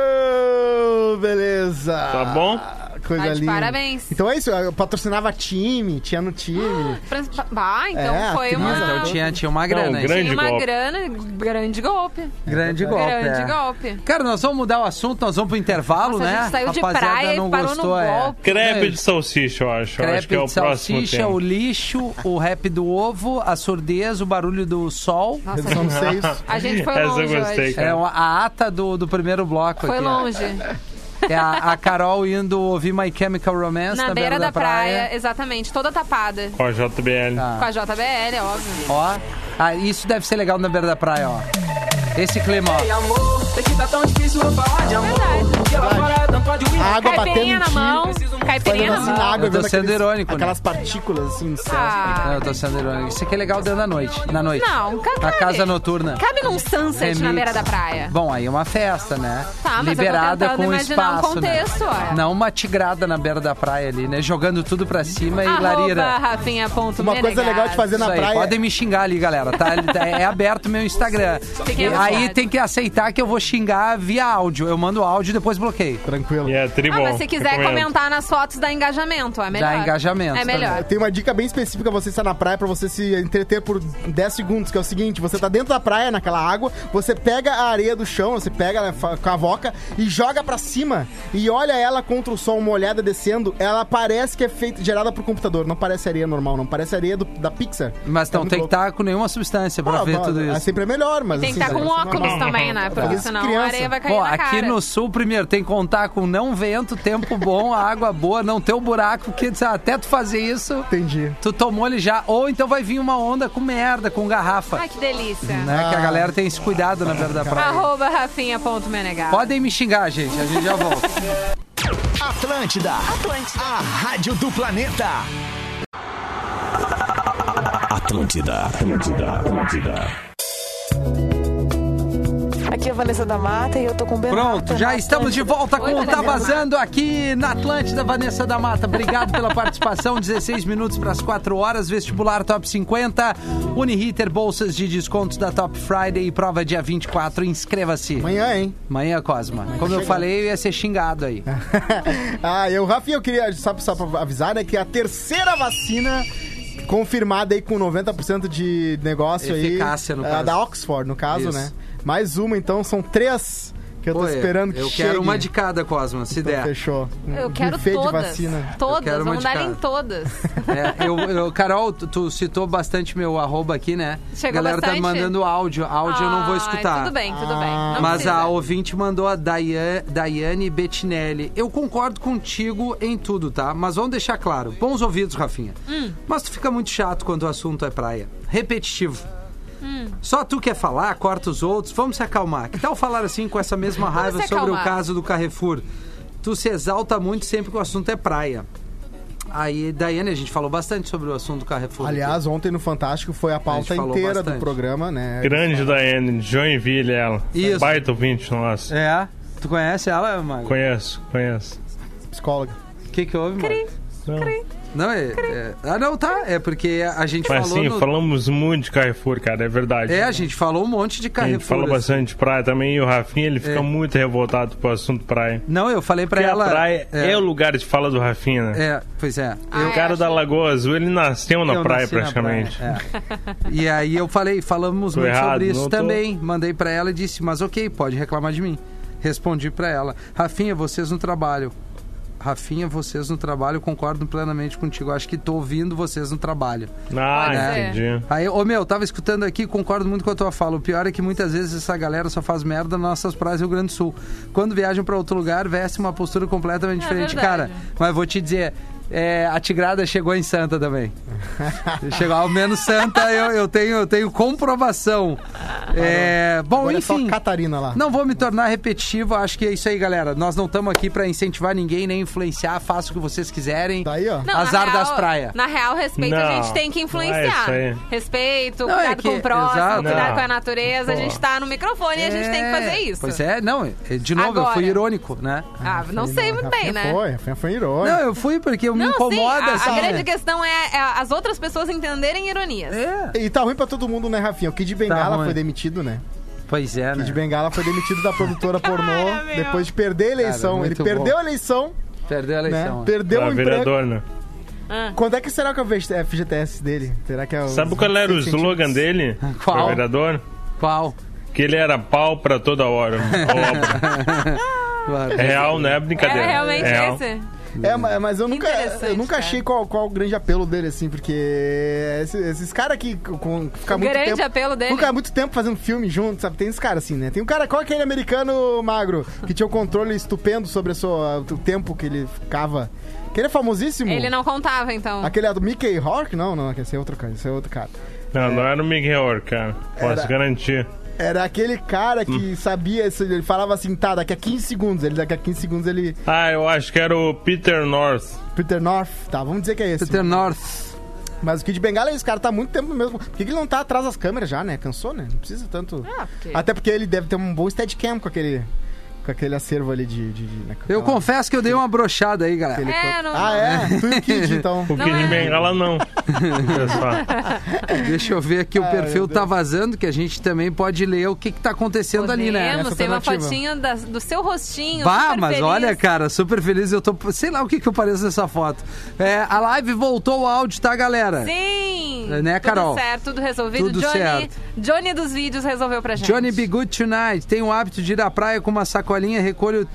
Beleza. Tá bom? Coisa Tá de linda. parabéns. Então é isso, eu patrocinava time, tinha no time. Então É, foi atriz, uma... Então tinha uma grana. Não, hein? grande Tinha uma golpe. grana, grande golpe. Grande golpe. Grande é. golpe. Cara, nós vamos mudar o assunto, nós vamos pro intervalo, Nossa, né? a gente saiu de Rapaziada praia e não parou gostou, no é. golpe. Crepe de salsicha, eu acho. Eu acho que é o de próximo salsicha, tema. o lixo, o rap do ovo, a surdez, o barulho do sol. Nossa, Redução de 6. a gente foi Essa eu longe gostei, hoje. cara. É a ata do primeiro bloco Foi aqui. ó. longe. É a Carol indo ouvir My Chemical Romance Na beira da praia, exatamente. Toda tapada. Com a JBL. Tá. Com a JBL, é óbvio. Ó, isso deve ser legal na beira da praia, ó. Esse clima, ó. A água batendo Caipirinha em na ti. mão. Caipirinha na Fazendo assim na mão. água, Eu tô vendo sendo irônico, né? aquelas partículas assim no céu. Ah, Eu tô sendo irônico. Isso aqui é legal dentro da noite. Na noite. Não, cabe. Na casa noturna. Cabe num sunset Remix. na beira da praia. Bom, aí é uma festa, né? Tá, mas liberada eu tô tentando com imaginar um espaço, contexto, né? ó. Não uma tigrada na beira da praia ali, né? Jogando tudo pra cima e Arroba larira. Rafinha.menegas. Uma coisa legal de fazer na Isso aí, praia. podem me xingar ali, galera, tá? É aberto o meu Instagram. Fiquem à Aí vontade. tem que aceitar que eu vou xingar via áudio. Eu mando áudio e depois bloqueio. Tranquilo. E é tribom. Mas se quiser recomendo. comentar nas fotos, dá engajamento, é melhor. Dá engajamento. É melhor. Tem uma dica bem específica você estar na praia pra você se entreter por 10 segundos, que é o seguinte: você tá dentro da praia, naquela água, você pega a areia do chão, você pega né, com a voca e joga pra cima e olha ela contra o sol molhada descendo, ela parece que é gerada por computador, não parece areia normal, não parece areia da Pixar. Mas não muito tem que louco. estar com nenhuma substância pra Ah, ver bom, tudo isso. Sempre é melhor, mas Tem que assim, estar com deve ser óculos normal. também, né? Porque Fazer senão criança. a areia vai cair Bom, na aqui cara. no sul, primeiro, tem que contar com não vento, tempo bom, água boa, não ter o buraco, que até tu fazer isso, Entendi. tu tomou ele já. Ou então vai vir uma onda com merda, com garrafa. Ai, que delícia. Né? Que a galera tem esse cuidado na beira da praia. Arroba Rafinha.menegas. Podem me xingar, gente. A gente já volta. Atlântida. A rádio do planeta. Atlântida. Aqui é a Vanessa da Mata e eu tô com o Benato. Pronto, já estamos de volta com Oi, o Tá Vanessa. Vazando aqui na Atlântida, Vanessa da Mata. Obrigado pela participação. 16 minutos para as 4 horas. Vestibular Top 50. Uniriter, bolsas de descontos da Top Friday e prova dia 24. Inscreva-se. Amanhã, hein? Amanhã, Cosma. Como eu falei, eu ia ser xingado aí. Rafinha, eu queria só pra avisar, né, que a terceira vacina confirmada aí com 90% de negócio Eficácia, aí. no A caso. da Oxford, no caso, Isso. né? Mais uma, então, são 3 que eu tô Pô, esperando que eu chegue. quero uma de cada, Cosma, se Então, der. fechou. Eu Um quero buffet de todas. vacina. Eu Todas, quero uma vamos de dar cada. em todas. Carol, tu citou bastante meu arroba aqui, né? Chegou a galera bastante? tá mandando áudio. Áudio eu não vou Ai, escutar. Tudo bem. Não Mas precisa. a ouvinte mandou a Daiane Bettinelli. Eu concordo contigo em tudo, tá? Mas vamos deixar claro. Bons ouvidos, Rafinha. Mas tu fica muito chato quando o assunto é praia. Repetitivo. Só tu quer falar, corta os outros. Vamos se acalmar. Que tal falar assim com essa mesma raiva se sobre o acalmar. caso do Carrefour? Tu se exalta muito sempre que o assunto é praia. Aí, Daiane, a gente falou bastante sobre o assunto do Carrefour. Aliás, ontem no Fantástico foi a pauta falou inteira bastante. do programa, né? Grande Daiane, de Joinville, ela. Isso. Baita ouvinte nossa. É? Tu conhece ela, Mago? Conheço. Psicóloga. O que houve, Mago? Não. Não, não, tá. É porque a gente Mas falou... sim, falamos muito de Carrefour, cara, é verdade. A gente falou um monte de A Carrefour. gente falou assim. bastante de praia também, e o Rafinha, ele fica muito revoltado com o assunto praia. Não, eu falei pra Porque ela... a praia é o lugar de fala do Rafinha, né? Pois é. O cara da Lagoa Azul, ele nasceu na Eu praia nasci na praticamente. praia, é. E aí eu falamos Tô muito errado, sobre isso não tô. também. Mandei pra ela e disse, mas ok, pode reclamar de mim. Respondi pra ela, Rafinha, vocês no trabalho Rafinha, vocês no trabalho, concordo plenamente contigo. Acho que tô ouvindo vocês no trabalho. Entendi. Aí, tava escutando aqui, concordo muito com a tua fala. O pior é que muitas vezes essa galera só faz merda nas nossas praias do Rio Grande do Sul. Quando viajam pra outro lugar, veste uma postura completamente diferente. Verdade. Cara, mas vou te dizer... a Tigrada chegou em Santa também. Chegou ao menos Santa, eu tenho comprovação. Bom, Agora enfim. É só Catarina lá. Não vou me tornar repetitivo, acho que é isso aí, galera. Nós não estamos aqui pra incentivar ninguém, nem influenciar, façam o que vocês quiserem. Daí, ó. Não, Azar das praias. Na real, respeito a gente tem que influenciar. Não é isso aí. Respeito, Não, cuidado com o próximo, exato. cuidado Não. com a natureza. A gente tá no microfone e a gente tem que fazer isso. Pois é, não, de novo, eu Agora. fui irônico, né? Não sei muito bem, né? Foi irônico. Não, eu fui porque me incomoda, sim, a assim. grande questão é as outras pessoas entenderem ironias. E tá ruim pra todo mundo, né, Rafinha? O Kid Bengala ruim. foi demitido, né? Pois é, né? Kid Bengala foi demitido da produtora pornô meu. depois de perder a eleição. Cara, Ele muito perdeu bom. a eleição, Perdeu a né? eleição. Perdeu o emprego. Vereador, né? Quando é que será que é o FGTS dele? Será que é o... Sabe qual era o slogan dele? Qual? Pro vereador? Qual? Que ele era pau pra toda hora. Claro. É real, não é brincadeira. Era realmente é real. esse? Mas eu nunca Interessante, cara. achei qual o grande apelo dele, assim, porque esses caras que ficam muito grande tempo... apelo dele. Ficam muito tempo fazendo filme junto, sabe? Tem esses caras assim, né? Tem um cara, qual é aquele americano magro, que tinha um controle estupendo sobre o tempo que ele ficava... Que ele é famosíssimo. Ele não contava, então. Aquele é do Mickey Rourke? Não, esse é outro cara, Não era o Miguel, cara. Posso garantir. Era aquele cara que sabia, ele falava assim, tá, daqui a 15 segundos, ele... Eu acho que era o Peter North. Peter North, tá, vamos dizer que é esse. Peter North. Mas o Kid Bengala, esse cara tá há muito tempo no mesmo... Por que ele não tá atrás das câmeras já, né? Cansou, né? Não precisa tanto... Porque... Até porque ele deve ter um bom steadicam com aquele acervo ali de Eu confesso que eu dei uma brochada aí, galera. Tu e o Kid, então. O Kid Bengala não. Deixa eu ver aqui, o perfil tá vazando, que a gente também pode ler o que tá acontecendo ali, né? Tem uma fotinha do seu rostinho. Mas feliz. olha, cara, super feliz. Eu tô. Sei lá o que eu pareço nessa foto. A live voltou o áudio, tá, galera? Sim! Né, Carol? Tudo certo, tudo resolvido. Tudo certo. Johnny dos vídeos resolveu pra gente. Johnny Be Good Tonight. Tem o hábito de ir à praia com uma sacolinha, recolho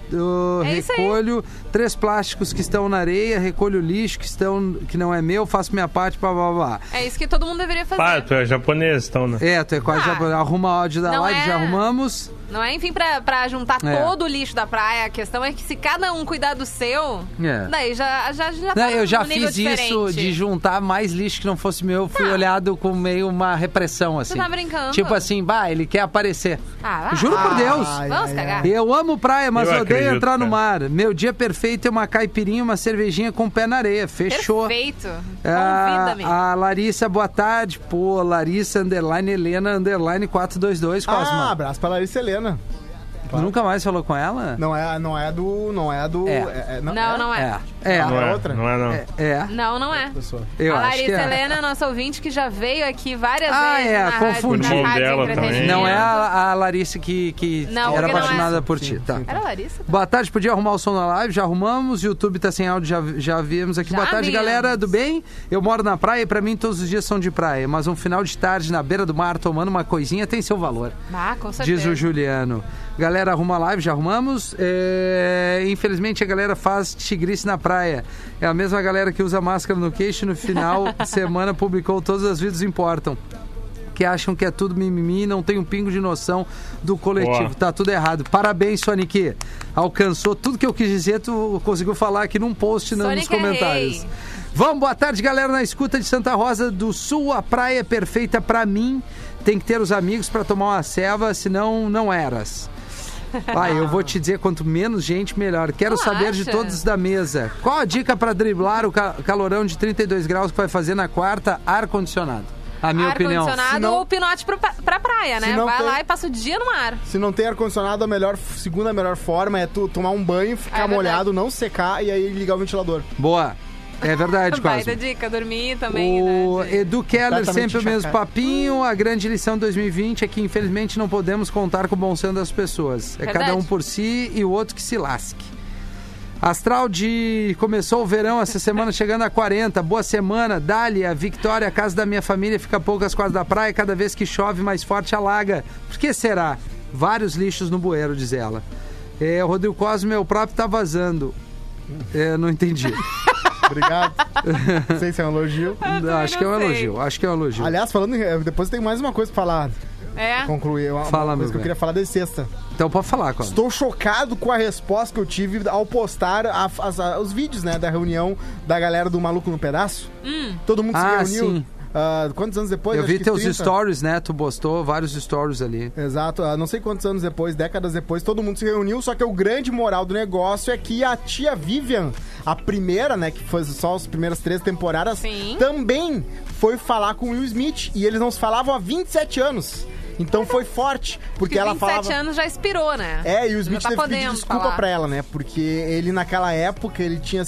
3 plásticos que estão na areia, recolho lixo que não é meu, faço minha parte, blá blá blá. É isso que todo mundo deveria fazer. Tu é japonês, então, né? Tu é quase japonês. Arruma o áudio da live, já arrumamos. Não é, enfim, pra juntar todo o lixo da praia. A questão é que se cada um cuidar do seu, daí já tá eu já num nível fiz diferente. isso de juntar mais lixo que não fosse meu. Fui olhado com meio uma repressão, assim. Você tá brincando? Tipo assim, ele quer aparecer. Vai. Juro por Deus. Vamos cagar. Eu amo praia, mas Eu odeio acredito, entrar no cara. mar. Meu dia perfeito é uma caipirinha, uma cervejinha com o pé na areia. Fechou. Perfeito. Convida-me. A Larissa, boa tarde. Pô, Larissa, Helena, 422, Cosma. Abraço pra Larissa Helena. Nunca mais falou com ela? Não é do... Não é. Não é outra? Não é. Não é. Eu A acho que Larissa é. Helena, nossa ouvinte, que já veio aqui várias vezes na confundi. rádio, na O rádio dela Entretenimento. também. Não é a Larissa que Não, era porque não apaixonada é. por ti. Tá. Era a Larissa? Boa tarde, podia arrumar o som na live? Já arrumamos. YouTube tá sem áudio, já vimos aqui. Já Boa tarde, vimos. galera. Do bem? Eu moro na praia e pra mim todos os dias são de praia. Mas um final de tarde na beira do mar tomando uma coisinha tem seu valor. Com certeza. Diz o Juliano. Galera, arruma a live, já arrumamos. Infelizmente a galera faz tigrice na praia. É a mesma galera que usa máscara no queixo e no final de semana publicou todas as vidas importam. Que acham que é tudo mimimi e não tem um pingo de noção do coletivo. Boa. Tá tudo errado. Parabéns, Sonic. Alcançou tudo que eu quis dizer, tu conseguiu falar aqui num post nos Sonic comentários. rei. Vamos, boa tarde, galera, na escuta de Santa Rosa do Sul. A praia é perfeita pra mim. Tem que ter os amigos pra tomar uma ceva, senão não eras. Eu vou te dizer, quanto menos gente, melhor. Quero saber de todos da mesa. Qual a dica pra driblar o calorão de 32 graus que vai fazer na quarta? Ar-condicionado. A minha opinião. Ar-condicionado ou pinote pra praia, né? Vai lá e passa o dia no mar. Se não tem ar-condicionado, segunda melhor forma é tu tomar um banho, ficar molhado, não secar e aí ligar o ventilador. Boa. É verdade, quase. Vai da dica, dormir também, o né? Edu Keller, Exatamente, sempre o mesmo papinho. A grande lição de 2020 é que, infelizmente, não podemos contar com o bom senso das pessoas. É Verdade. cada um por si e o outro que se lasque. Astral de... Começou o verão essa semana, chegando a 40. Boa semana. Dália, Victória, a casa da minha família fica a poucas quadras da praia. Cada vez que chove, mais forte alaga. Por que será? Vários lixos no bueiro, diz ela. O Rodrigo Cosme, meu próprio tá vazando. Eu não entendi. Obrigado. Não sei se é um elogio. Acho que é um elogio. Aliás, falando, depois tem mais uma coisa pra falar. Concluir. Fala, uma coisa que eu queria falar desde sexta. Então pode falar, Cosma. Estou chocado com a resposta que eu tive ao postar os vídeos, né, da reunião da galera do Maluco no Pedaço. Todo mundo se reuniu. Sim. Quantos anos depois? Eu vi teus 30. stories, né? Tu postou vários stories ali. Exato. Não sei quantos anos depois, décadas depois, todo mundo se reuniu. Só que o grande moral do negócio é que a tia Vivian, a primeira, né? Que foi só as primeiras 3 temporadas, também foi falar com o Will Smith. E eles não se falavam há 27 anos. Então foi forte, porque ela falava... 27 anos já expirou, né? E o Smith teve que pedir desculpa pra ela, né? Porque ele, naquela época, ele tinha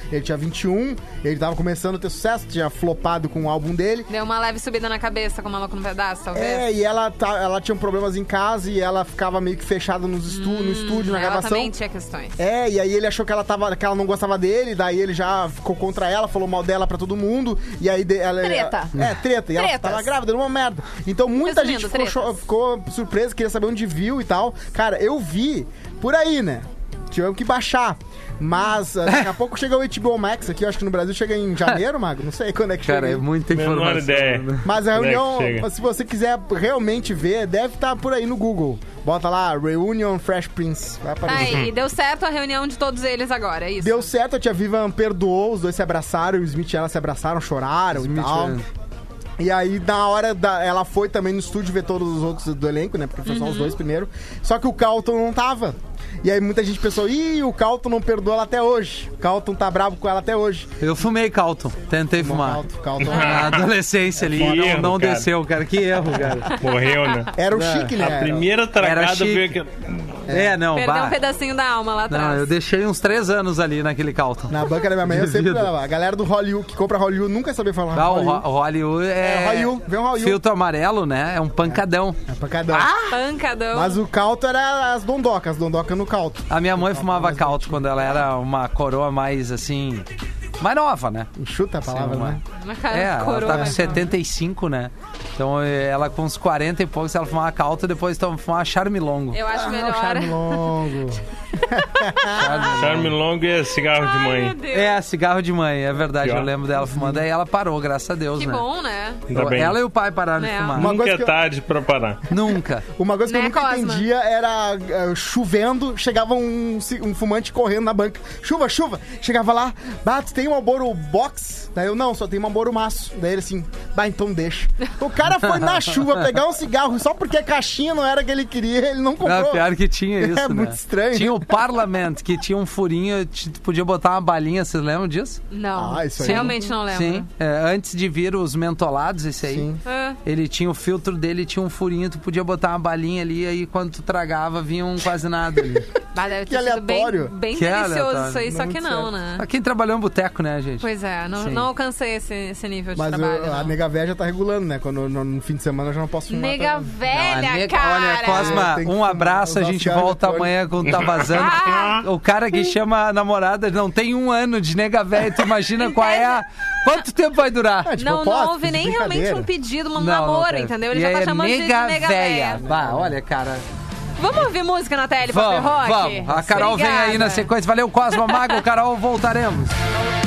21, ele tava começando a ter sucesso, tinha flopado com o álbum dele. Deu uma leve subida na cabeça com o Maluco no Pedaço, talvez. E ela tinha problemas em casa e ela ficava meio que fechada no estúdio, na gravação. Ela também tinha questões. E aí ele achou que ela não gostava dele, daí ele já ficou contra ela, falou mal dela pra todo mundo, e aí... Treta. Treta. E ela tava grávida, era uma merda. Então muita gente ficou surpresa, queria saber onde viu e tal. Cara, eu vi por aí, né? Tivemos que baixar. Mas daqui a pouco chega o HBO Max aqui, eu acho que no Brasil chega em janeiro, Mago. Não sei quando é que chega. Cara, é muita informação. Menor ideia. Mas a reunião, se você quiser realmente ver, deve estar por aí no Google. Bota lá, Reunion Fresh Prince. Vai aparecer. E deu certo a reunião de todos eles agora, é isso? Deu certo, a tia Vivian perdoou, os dois se abraçaram, o Smith e ela se abraçaram, choraram e tal. E aí, na hora ela foi também no estúdio ver todos os outros do elenco, né? Porque foi só os dois primeiro. Só que o Carlton não tava. E aí muita gente pensou, o Carlton não perdoou ela até hoje. O Carlton tá bravo com ela até hoje. Eu fumei Carlton, tentei fumar. Carlton. Na adolescência ali, não desceu, cara. Que erro, cara. Morreu, né? Era o chique, né? A primeira tragada veio aqui. Perdeu um pedacinho da alma lá atrás. Não, eu deixei uns 3 anos ali naquele Carlton. Na banca da minha mãe eu sempre falava. A galera do Hollywood, que compra Hollywood, nunca sabia falar Hollywood. O Hollywood vem um Hollywood. Filtro amarelo, né? É um pancadão. Pancadão. Pancadão. Mas o Carlton era as dondocas no Carlton. A minha mãe fumava Carlton quando ela era uma coroa mais, assim... mais nova, né? Chuta a palavra, né? Ela tá com 75, né? Então ela com uns 40 e poucos, ela fumava Carlton e depois fumava Charme-Longo. Eu acho melhor. Charme-Longo. Charme-Longo é cigarro de mãe. Cigarro de mãe, é verdade. Eu lembro dela fumando. Aí ela parou, graças a Deus, né? Que bom, né? Ela e o pai pararam de fumar. Nunca é tarde pra parar. Nunca. Uma coisa que eu nunca entendia era chovendo, chegava um fumante correndo na banca. Chuva! Chegava lá, tu tem Marlboro Box? Daí eu, não, só tem Marlboro Maço. Daí ele assim, então deixa. O cara foi na chuva pegar um cigarro só porque a caixinha não era que ele queria, ele não comprou. Não, pior que tinha isso, né? Muito estranho. Tinha o Parlament, que tinha um furinho, tu podia botar uma balinha, vocês lembram disso? Não, isso aí. Realmente não lembro. Sim, antes de vir os mentolados, esse aí, Sim. Ele tinha o filtro dele, tinha um furinho, tu podia botar uma balinha ali, aí quando tu tragava, vinha quase nada ali. Mas deve ter Que aleatório. bem Que delicioso aleatório. isso aí, só que não, certo. né? Pra quem trabalhou em boteco, né, gente? Pois é, não alcancei esse nível de Mas trabalho. a nega velha já tá regulando, né? Quando no fim de semana eu já não posso fumar. Nega velha, cara! Olha, Cosma, um abraço, a gente volta amanhã com o Tá Vazando. O cara que chama a namorada não tem 1 ano de nega velha, tu imagina qual é a... Quanto tempo vai durar? Não houve nem realmente um pedido, um namoro, entendeu? Ele já tá chamando de nega velha. Olha, cara... Vamos ouvir música na tele, Pop Rock? Vamos. A Carol vem aí na sequência. Valeu, Cosma Mago. Carol, voltaremos.